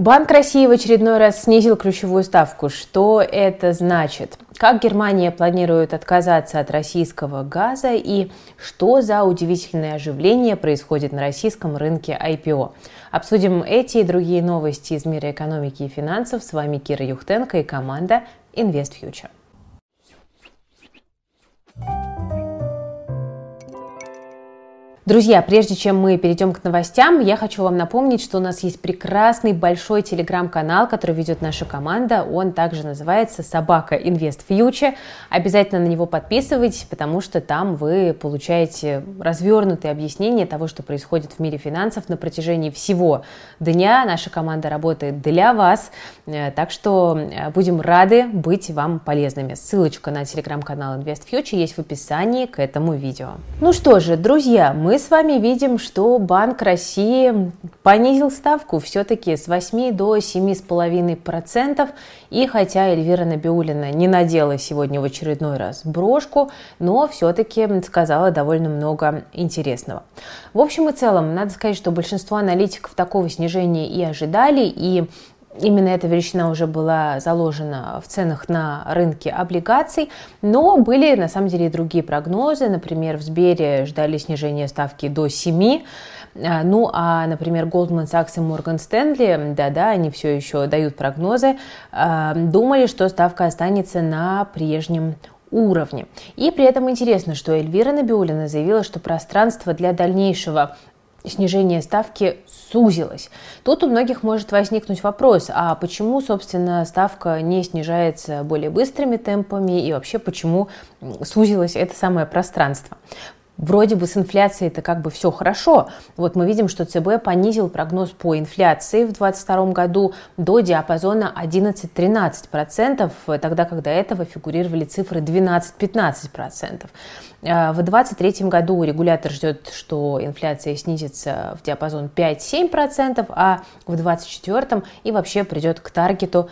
Банк России в очередной раз снизил ключевую ставку. Что это значит? Как Германия планирует отказаться от российского газа и что за удивительное оживление происходит на российском рынке IPO? Обсудим эти и другие новости из мира экономики и финансов. С вами Кира Юхтенко и команда InvestFuture. Друзья, прежде чем мы перейдем к новостям, я хочу вам напомнить, что у нас есть прекрасный большой телеграм-канал, который ведет наша команда. Он также называется «Собака InvestFuture». Обязательно на него подписывайтесь, потому что там вы получаете развернутые объяснения того, что происходит в мире финансов на протяжении всего дня. Наша команда работает для вас, так что будем рады быть вам полезными. Ссылочка на телеграм-канал InvestFuture есть в описании к этому видео. Ну что же, друзья, мы с вами видим, что Банк России понизил ставку все-таки с 8 до 7,5%. И хотя Эльвира Набиуллина не надела сегодня в очередной раз брошку, но все-таки сказала довольно много интересного. В общем и целом, надо сказать, что большинство аналитиков такого снижения и ожидали, и именно эта величина уже была заложена в ценах на рынке облигаций, но были на самом деле и другие прогнозы. Например, в Сбере ждали снижения ставки до 7%. Ну, а, например, Goldman Sachs и Morgan Stanley, они все еще дают прогнозы, думали, что ставка останется на прежнем уровне. И при этом интересно, что Эльвира Набиуллина заявила, что пространство для дальнейшего снижение ставки сузилось. Тут у многих может возникнуть вопрос, а почему, собственно, ставка не снижается более быстрыми темпами и вообще почему сузилось это самое пространство? Вроде бы с инфляцией-то как бы все хорошо. Вот мы видим, что ЦБ понизил прогноз по инфляции в 2022 году до диапазона 11-13%, тогда как до этого фигурировали цифры 12-15%. В 2023 году регулятор ждет, что инфляция снизится в диапазон 5-7%, а в 2024 и вообще придет к таргету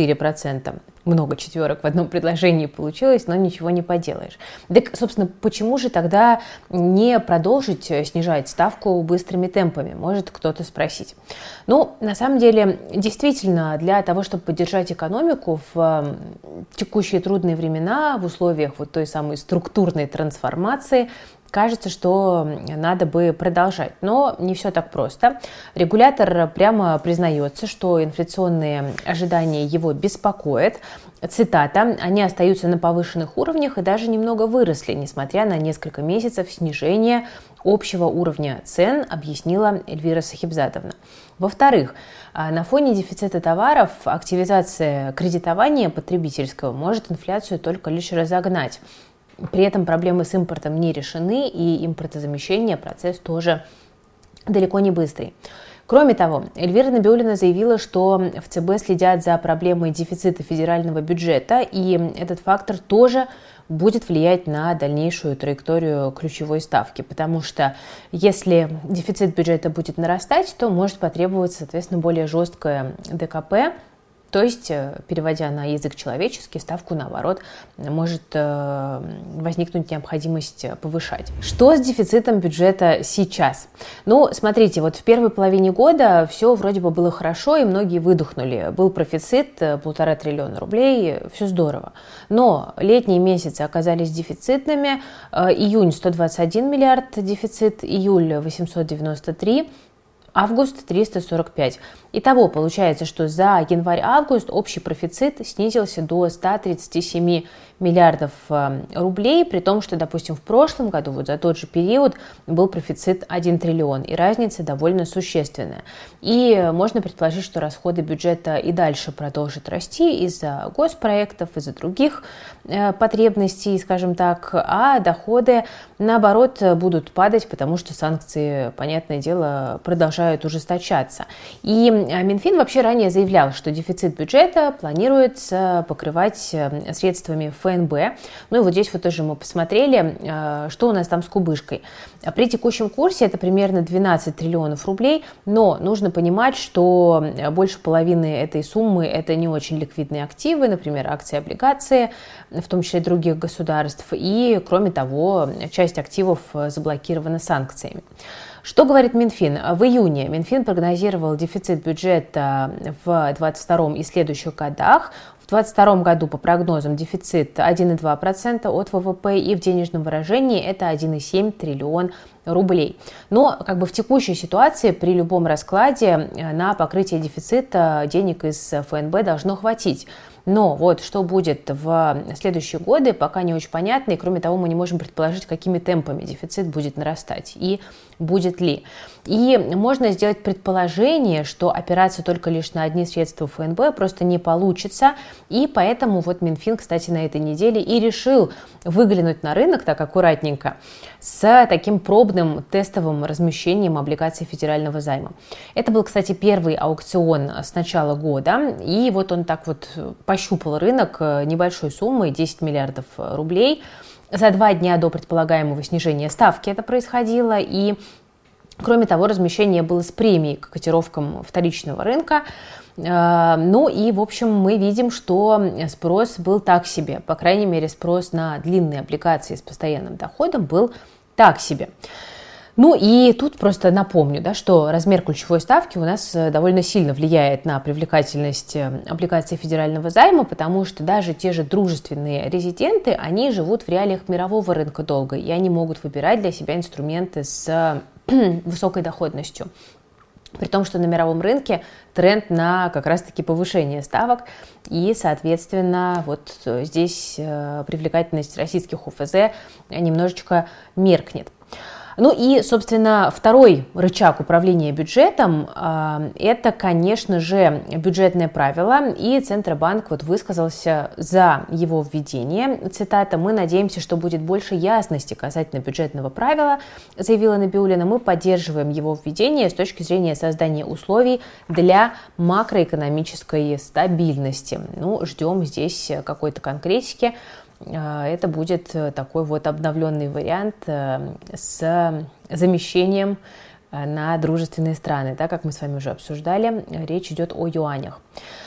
4%. Много четверок в одном предложении получилось, но ничего не поделаешь. Так, собственно, почему же тогда не продолжить снижать ставку быстрыми темпами, может кто-то спросить. Ну, на самом деле, действительно, для того, чтобы поддержать экономику в текущие трудные времена, в условиях вот той самой структурной трансформации, кажется, что надо бы продолжать, но не все так просто. Регулятор прямо признается, что инфляционные ожидания его беспокоят. Цитата: «Они остаются на повышенных уровнях и даже немного выросли, несмотря на несколько месяцев снижения общего уровня цен», объяснила Эльвира Сахибзадовна. Во-вторых, на фоне дефицита товаров активизация кредитования потребительского может инфляцию только лишь разогнать. При этом проблемы с импортом не решены, и импортозамещение процесс тоже далеко не быстрый. Кроме того, Эльвира Набиуллина заявила, что в ЦБ следят за проблемой дефицита федерального бюджета, и этот фактор тоже будет влиять на дальнейшую траекторию ключевой ставки, потому что если дефицит бюджета будет нарастать, то может потребоваться, соответственно, более жесткое ДКП. То есть, переводя на язык человеческий, ставку, наоборот, может возникнуть необходимость повышать. Что с дефицитом бюджета сейчас? Ну, смотрите, вот в первой половине года все вроде бы было хорошо, и многие выдохнули. Был профицит 1,5 триллиона рублей, все здорово. Но летние месяцы оказались дефицитными. Июнь 121 миллиард дефицит, июль 893, август 345. Итого получается, что за январь-август общий профицит снизился до 137 миллиардов рублей, при том, что, допустим, в прошлом году вот за тот же период был профицит 1 триллион, и разница довольно существенная. И можно предположить, что расходы бюджета и дальше продолжат расти из-за госпроектов, из-за других потребностей, скажем так, а доходы, наоборот, будут падать, потому что санкции, понятное дело, продолжают ужесточаться. И Минфин вообще ранее заявлял, что дефицит бюджета планируется покрывать средствами ФНБ. Ну и вот здесь вот тоже мы посмотрели, что у нас там с кубышкой. При текущем курсе это примерно 12 триллионов рублей, но нужно понимать, что больше половины этой суммы это не очень ликвидные активы, например, акции, облигации, в том числе других государств, и, кроме того, часть активов заблокирована санкциями. Что говорит Минфин? В июне Минфин прогнозировал дефицит бюджета в 2022 и следующих годах. В 2022 году, по прогнозам, дефицит 1,2% от ВВП, и в денежном выражении это 1,7 триллион рублей. Но в текущей ситуации при любом раскладе на покрытие дефицита денег из ФНБ должно хватить. Но вот что будет в следующие годы, пока не очень понятно, и кроме того, мы не можем предположить, какими темпами дефицит будет нарастать и будет ли. И можно сделать предположение, что опираться только лишь на одни средства ФНБ просто не получится, и поэтому вот Минфин, кстати, на этой неделе и решил выглянуть на рынок так аккуратненько с таким пробным тестовым размещением облигаций федерального займа. Это был, кстати, первый аукцион с начала года, и вот он так вот пощупал рынок небольшой суммой 10 миллиардов рублей. За 2 дня до предполагаемого снижения ставки это происходило, и кроме того, размещение было с премией к котировкам вторичного рынка. Ну и, в общем, мы видим, что спрос был так себе. По крайней мере, спрос на длинные облигации с постоянным доходом был так себе. Ну и тут просто напомню, что размер ключевой ставки у нас довольно сильно влияет на привлекательность облигаций федерального займа, потому что даже те же дружественные резиденты, они живут в реалиях мирового рынка долга, и они могут выбирать для себя инструменты с высокой доходностью. При том, что на мировом рынке тренд на как раз-таки повышение ставок, и, соответственно, вот здесь привлекательность российских ОФЗ немножечко меркнет. Ну и, собственно, второй рычаг управления бюджетом – это, конечно же, бюджетное правило, и Центробанк высказался за его введение. Цитата: «Мы надеемся, что будет больше ясности касательно бюджетного правила», заявила Набиуллина. «Мы поддерживаем его введение с точки зрения создания условий для макроэкономической стабильности». Ну, ждем здесь какой-то конкретики. Это будет такой вот обновленный вариант с замещением на дружественные страны, так как мы с вами уже обсуждали, речь идет о юанях.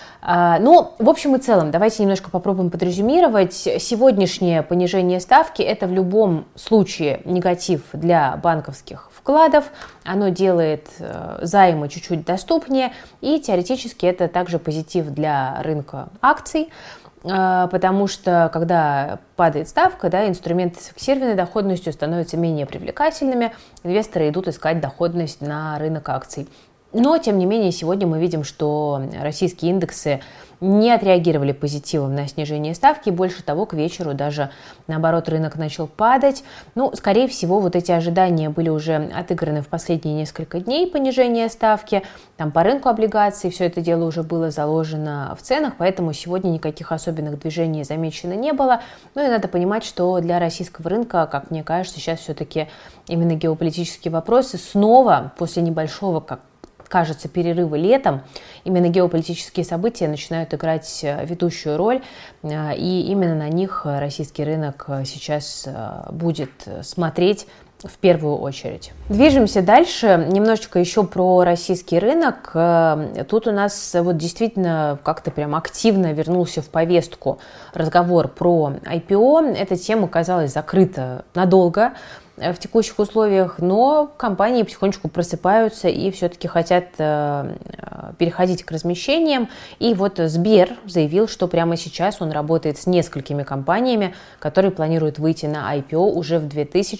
Ну, в общем и целом, давайте немножко попробуем подрезюмировать. Сегодняшнее понижение ставки – это в любом случае негатив для банковских вкладов. Оно делает займы чуть-чуть доступнее, и теоретически это также позитив для рынка акций. Потому что, когда падает ставка, инструменты с фиксированной доходностью становятся менее привлекательными, инвесторы идут искать доходность на рынок акций. Но, тем не менее, сегодня мы видим, что российские индексы не отреагировали позитивом на снижение ставки. Больше того, к вечеру даже, наоборот, рынок начал падать. Ну, скорее всего, вот эти ожидания были уже отыграны в последние несколько дней понижения ставки. Там по рынку облигаций все это дело уже было заложено в ценах, поэтому сегодня никаких особенных движений замечено не было. Ну и надо понимать, что для российского рынка, как мне кажется, сейчас все-таки именно геополитические вопросы снова после небольшого, как кажется, перерывы летом, именно геополитические события начинают играть ведущую роль, и именно на них российский рынок сейчас будет смотреть в первую очередь. Движемся дальше. Немножечко еще про российский рынок. Тут у нас вот действительно как-то прям активно вернулся в повестку разговор про IPO. Эта тема казалась закрыта надолго в текущих условиях, но компании потихонечку просыпаются и все-таки хотят переходить к размещениям. И вот Сбер заявил, что прямо сейчас он работает с несколькими компаниями, которые планируют выйти на IPO уже в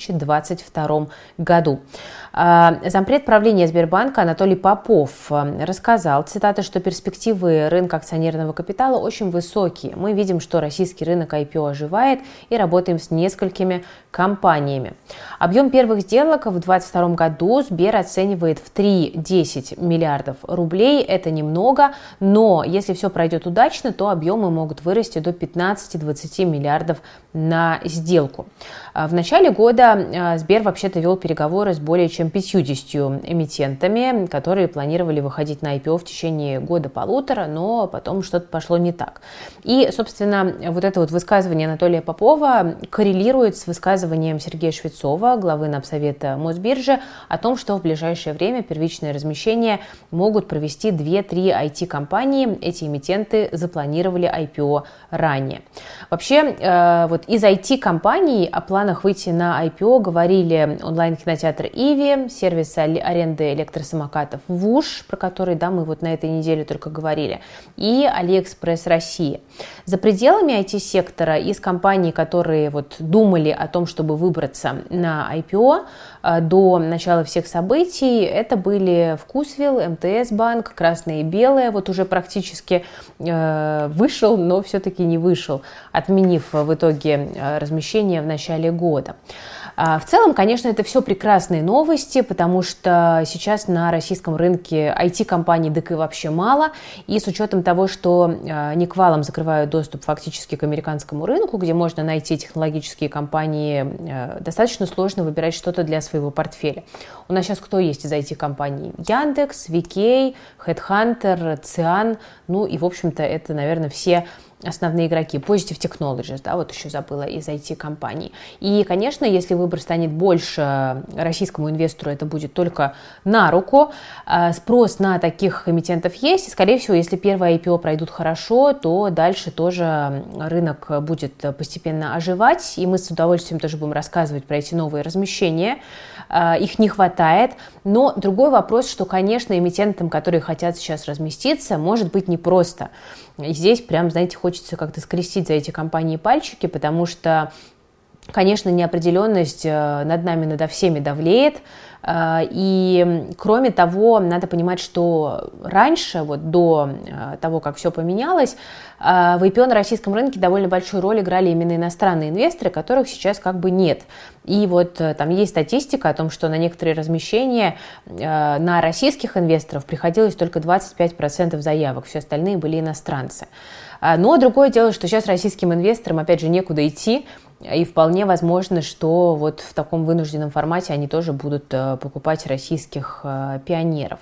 2022 году. Зампред правления Сбербанка Анатолий Попов рассказал, цитата, что перспективы рынка акционерного капитала очень высокие. Мы видим, что российский рынок IPO оживает, и работаем с несколькими компаниями. Объем первых сделок в 2022 году Сбер оценивает в 3-10 миллиардов рублей. Это немного, но если все пройдет удачно, то объемы могут вырасти до 15-20 миллиардов на сделку. В начале года Сбер вообще-то вел переговоры с более чем 50 эмитентами, которые планировали выходить на IPO в течение года-полутора, но потом что-то пошло не так. И, собственно, вот это вот высказывание Анатолия Попова коррелирует с высказыванием Сергея Швецова, Кузнецова, главы Напсовета Мосбиржи, о том, что в ближайшее время первичное размещение могут провести 2-3 IT-компании. Эти эмитенты запланировали IPO ранее. Вообще, вот из IT-компаний о планах выйти на IPO говорили онлайн-кинотеатр Иви, сервис аренды электросамокатов ВУШ, про который, да, мы вот на этой неделе только говорили, и Алиэкспресс России. За пределами IT-сектора из компаний, которые вот думали о том, чтобы выбраться на IPO до начала всех событий, это были Вкусвилл, МТС Банк, Красное и Белое, вот уже практически вышел, но все-таки не вышел, отменив в итоге размещение в начале года. В целом, конечно, это все прекрасные новости, потому что сейчас на российском рынке IT-компаний так и вообще мало, и с учетом того, что Никвалом закрывают доступ фактически к американскому рынку, где можно найти технологические компании, достаточно сложно выбирать что-то для своего портфеля. У нас сейчас кто есть из IT-компаний? Яндекс, VK, Headhunter, Циан, ну и, в общем-то, это, наверное, все основные игроки. Positive Technologies, да, вот еще забыла, из IT-компаний. И, конечно, если выбор станет больше российскому инвестору, это будет только на руку. Спрос на таких эмитентов есть, и, скорее всего, если первые IPO пройдут хорошо, то дальше тоже рынок будет постепенно оживать, и мы с удовольствием тоже будем рассказывать про эти новые размещения. Их не хватает, но другой вопрос, что, конечно, эмитентам, которые хотят сейчас разместиться, может быть непросто. И здесь прям, знаете, хочется как-то скрестить за эти компании пальчики, потому что, конечно, неопределенность над нами, надо всеми давлеет. И, кроме того, надо понимать, что раньше, вот до того, как все поменялось, в IPO на российском рынке довольно большую роль играли именно иностранные инвесторы, которых сейчас как бы нет. И вот там есть статистика о том, что на некоторые размещения на российских инвесторов приходилось только 25% заявок, все остальные были иностранцы. Но другое дело, что сейчас российским инвесторам, опять же, некуда идти, и вполне возможно, что вот в таком вынужденном формате они тоже будут покупать российских пионеров.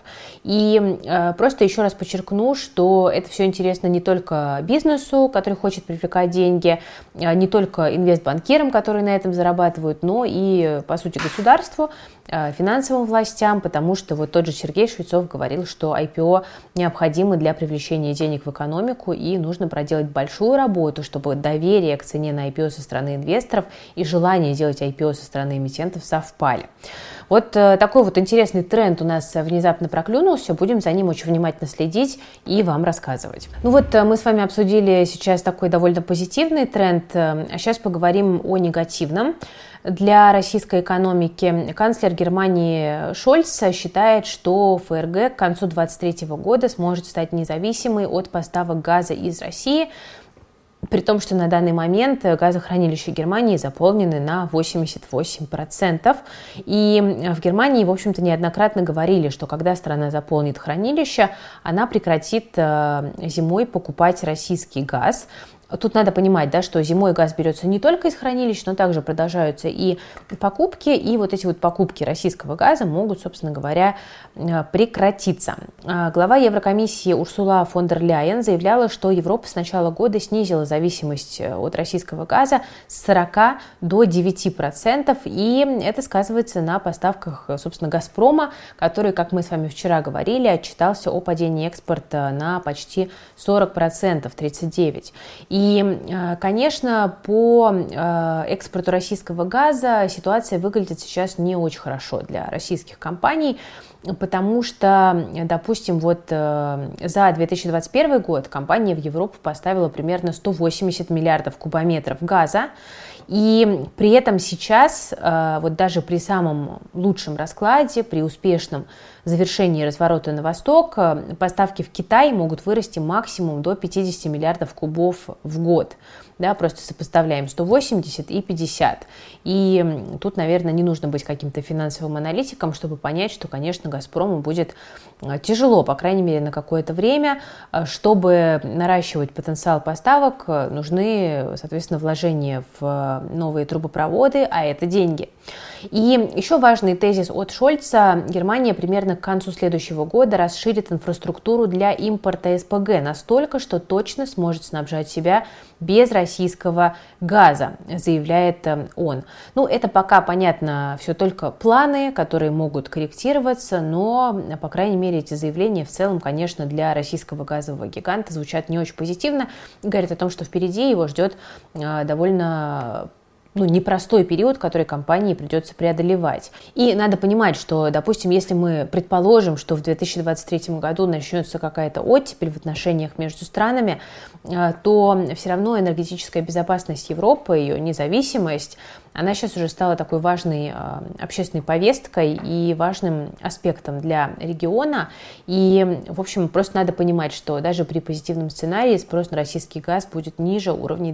И просто еще раз подчеркну, что это все интересно не только бизнесу, который хочет привлекать деньги, не только инвестбанкирам, которые на этом зарабатывают, но и, по сути, государству, финансовым властям, потому что вот тот же Сергей Швецов говорил, что IPO необходимы для привлечения денег в экономику, и нужно проделать большую работу, чтобы доверие к цене на IPO со стороны инвесторов и желание делать IPO со стороны эмитентов совпали. Вот такой вот интересный тренд у нас внезапно проклюнулся, будем за ним очень внимательно следить и вам рассказывать. Ну вот мы с вами обсудили сейчас такой довольно позитивный тренд, а сейчас поговорим о негативном. Для российской экономики канцлер Германии Шольц считает, что ФРГ к концу 2023 года сможет стать независимой от поставок газа из России, при том, что на данный момент газохранилища Германии заполнены на 88%. И в Германии, в общем-то, неоднократно говорили, что когда страна заполнит хранилище, она прекратит зимой покупать российский газ. Тут надо понимать, да, что зимой газ берется не только из хранилищ, но также продолжаются и покупки, и вот эти вот покупки российского газа могут, собственно говоря, прекратиться. Глава Еврокомиссии Урсула фон дер Ляйен заявляла, что Европа с начала года снизила зависимость от российского газа с 40 до 9%, и это сказывается на поставках, собственно, «Газпрома», который, как мы с вами вчера говорили, отчитался о падении экспорта на почти 40%, 39%. И, конечно, по экспорту российского газа ситуация выглядит сейчас не очень хорошо для российских компаний, потому что, допустим, вот за 2021 год компания в Европу поставила примерно 180 миллиардов кубометров газа, и при этом сейчас, вот даже при самом лучшем раскладе, при успешном завершении разворота на восток, поставки в Китай могут вырасти максимум до 50 миллиардов кубов в год. Да, просто сопоставляем 180 и 50. И тут, наверное, не нужно быть каким-то финансовым аналитиком, чтобы понять, что, конечно, конечно, «Газпрому» будет тяжело, по крайней мере, на какое-то время. Чтобы наращивать потенциал поставок, нужны, соответственно, вложения в новые трубопроводы, а это деньги. И еще важный тезис от Шольца. Германия примерно к концу следующего года расширит инфраструктуру для импорта СПГ настолько, что точно сможет снабжать себя без российского газа, заявляет он. Это пока, понятно, все только планы, которые могут корректироваться, но, по крайней мере, эти заявления в целом, конечно, для российского газового гиганта звучат не очень позитивно. Говорят о том, что впереди его ждет довольно непростой период, который компании придется преодолевать. И надо понимать, что, допустим, если мы предположим, что в 2023 году начнется какая-то оттепель в отношениях между странами, то все равно энергетическая безопасность Европы, ее независимость, она сейчас уже стала такой важной общественной повесткой и важным аспектом для региона. И, в общем, просто надо понимать, что даже при позитивном сценарии спрос на российский газ будет ниже уровней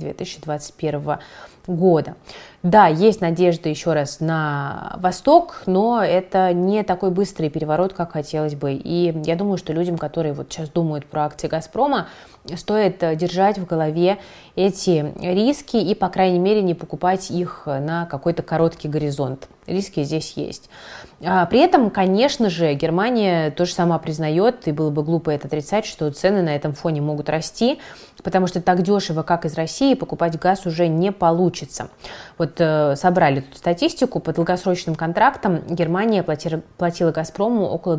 2021 года. Да, есть надежда еще раз на восток, но это не такой быстрый переворот, как хотелось бы. И я думаю, что людям, которые вот сейчас думают про акции «Газпрома», стоит держать в голове эти риски и, по крайней мере, не покупать их на какой-то короткий горизонт. Риски здесь есть. При этом, конечно же, Германия тоже сама признает, и было бы глупо это отрицать, что цены на этом фоне могут расти, потому что так дешево, как из России, покупать газ уже не получится. Вот собрали тут статистику. По долгосрочным контрактам Германия платила «Газпрому» около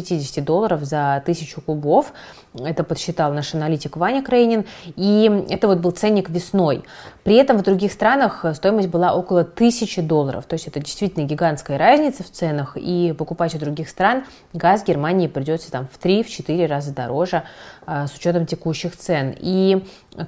$250 за 1000 кубов. Это подсчитал наш аналитик Ваня Крейнин. И это вот был ценник весной. При этом в других странах стоимость была около $1000. То есть это действительно гигантская разница в ценах. И покупать у других стран газ Германии придется в 3-4 раза дороже с учетом текущих цен. И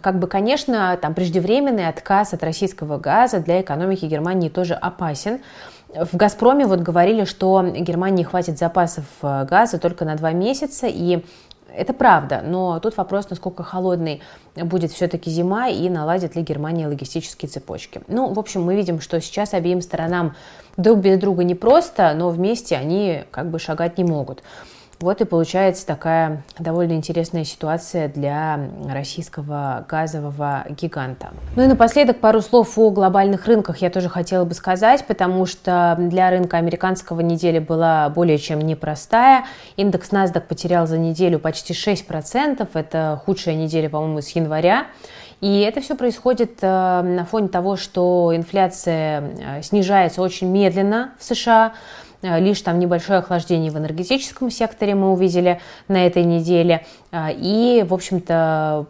конечно, преждевременный отказ от российского газа для экономики Германии тоже опасен. В «Газпроме» говорили, что Германии хватит запасов газа только на 2 месяца, и это правда, но тут вопрос, насколько холодной будет все-таки зима и наладит ли Германия логистические цепочки. В общем, мы видим, что сейчас обеим сторонам друг без друга непросто, но вместе они шагать не могут. Вот и получается такая довольно интересная ситуация для российского газового гиганта. И напоследок пару слов о глобальных рынках я тоже хотела бы сказать, потому что для рынка американского неделя была более чем непростая. Индекс NASDAQ потерял за неделю почти 6%. Это худшая неделя, по-моему, с января. И это все происходит на фоне того, что инфляция снижается очень медленно в США. Лишь небольшое охлаждение в энергетическом секторе мы увидели на этой неделе. И, в общем-то,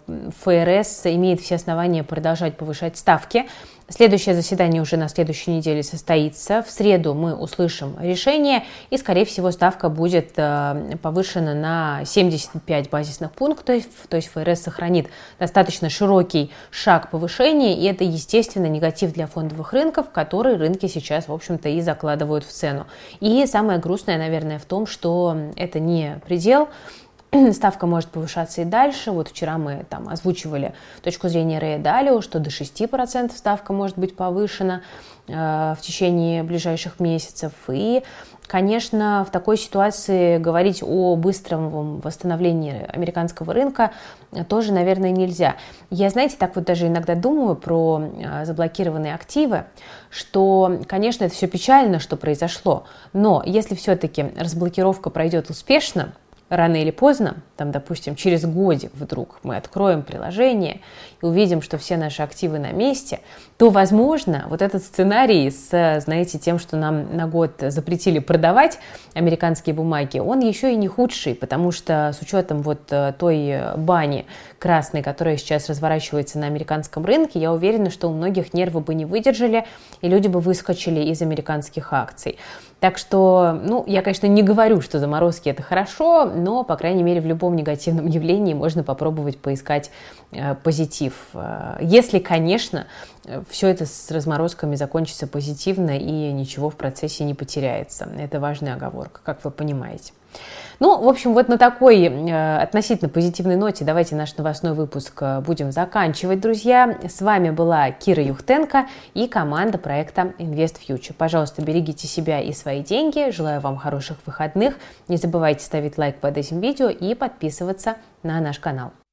ФРС имеет все основания продолжать повышать ставки. Следующее заседание уже на следующей неделе состоится. В среду мы услышим решение, и, скорее всего, ставка будет повышена на 75 базисных пунктов. То есть ФРС сохранит достаточно широкий шаг повышения, и это, естественно, негатив для фондовых рынков, которые рынки сейчас, в общем-то, и закладывают в цену. И самое грустное, наверное, в том, что это не предел. Ставка может повышаться и дальше. Вот вчера мы озвучивали точку зрения Рэя Далио, что до 6% ставка может быть повышена в течение ближайших месяцев. И, конечно, в такой ситуации говорить о быстром восстановлении американского рынка тоже, наверное, нельзя. Я, даже иногда думаю про заблокированные активы, что, конечно, это все печально, что произошло, но если все-таки разблокировка пройдет успешно, рано или поздно, допустим, через годик вдруг мы откроем приложение и увидим, что все наши активы на месте, то, возможно, вот этот сценарий с, тем, что нам на год запретили продавать американские бумаги, он еще и не худший, потому что с учетом той бани красной, которая сейчас разворачивается на американском рынке, я уверена, что у многих нервы бы не выдержали, и люди бы выскочили из американских акций. Так что, я, конечно, не говорю, что заморозки – это хорошо, но, по крайней мере, в любом негативном явлении можно попробовать поискать позитив. Если, конечно, все это с разморозками закончится позитивно и ничего в процессе не потеряется. Это важная оговорка, как вы понимаете. Ну, в общем, вот на такой относительно позитивной ноте давайте наш новостной выпуск будем заканчивать, друзья. С вами была Кира Юхтенко и команда проекта Invest Future. Пожалуйста, берегите себя и свои деньги. Желаю вам хороших выходных. Не забывайте ставить лайк под этим видео и подписываться на наш канал.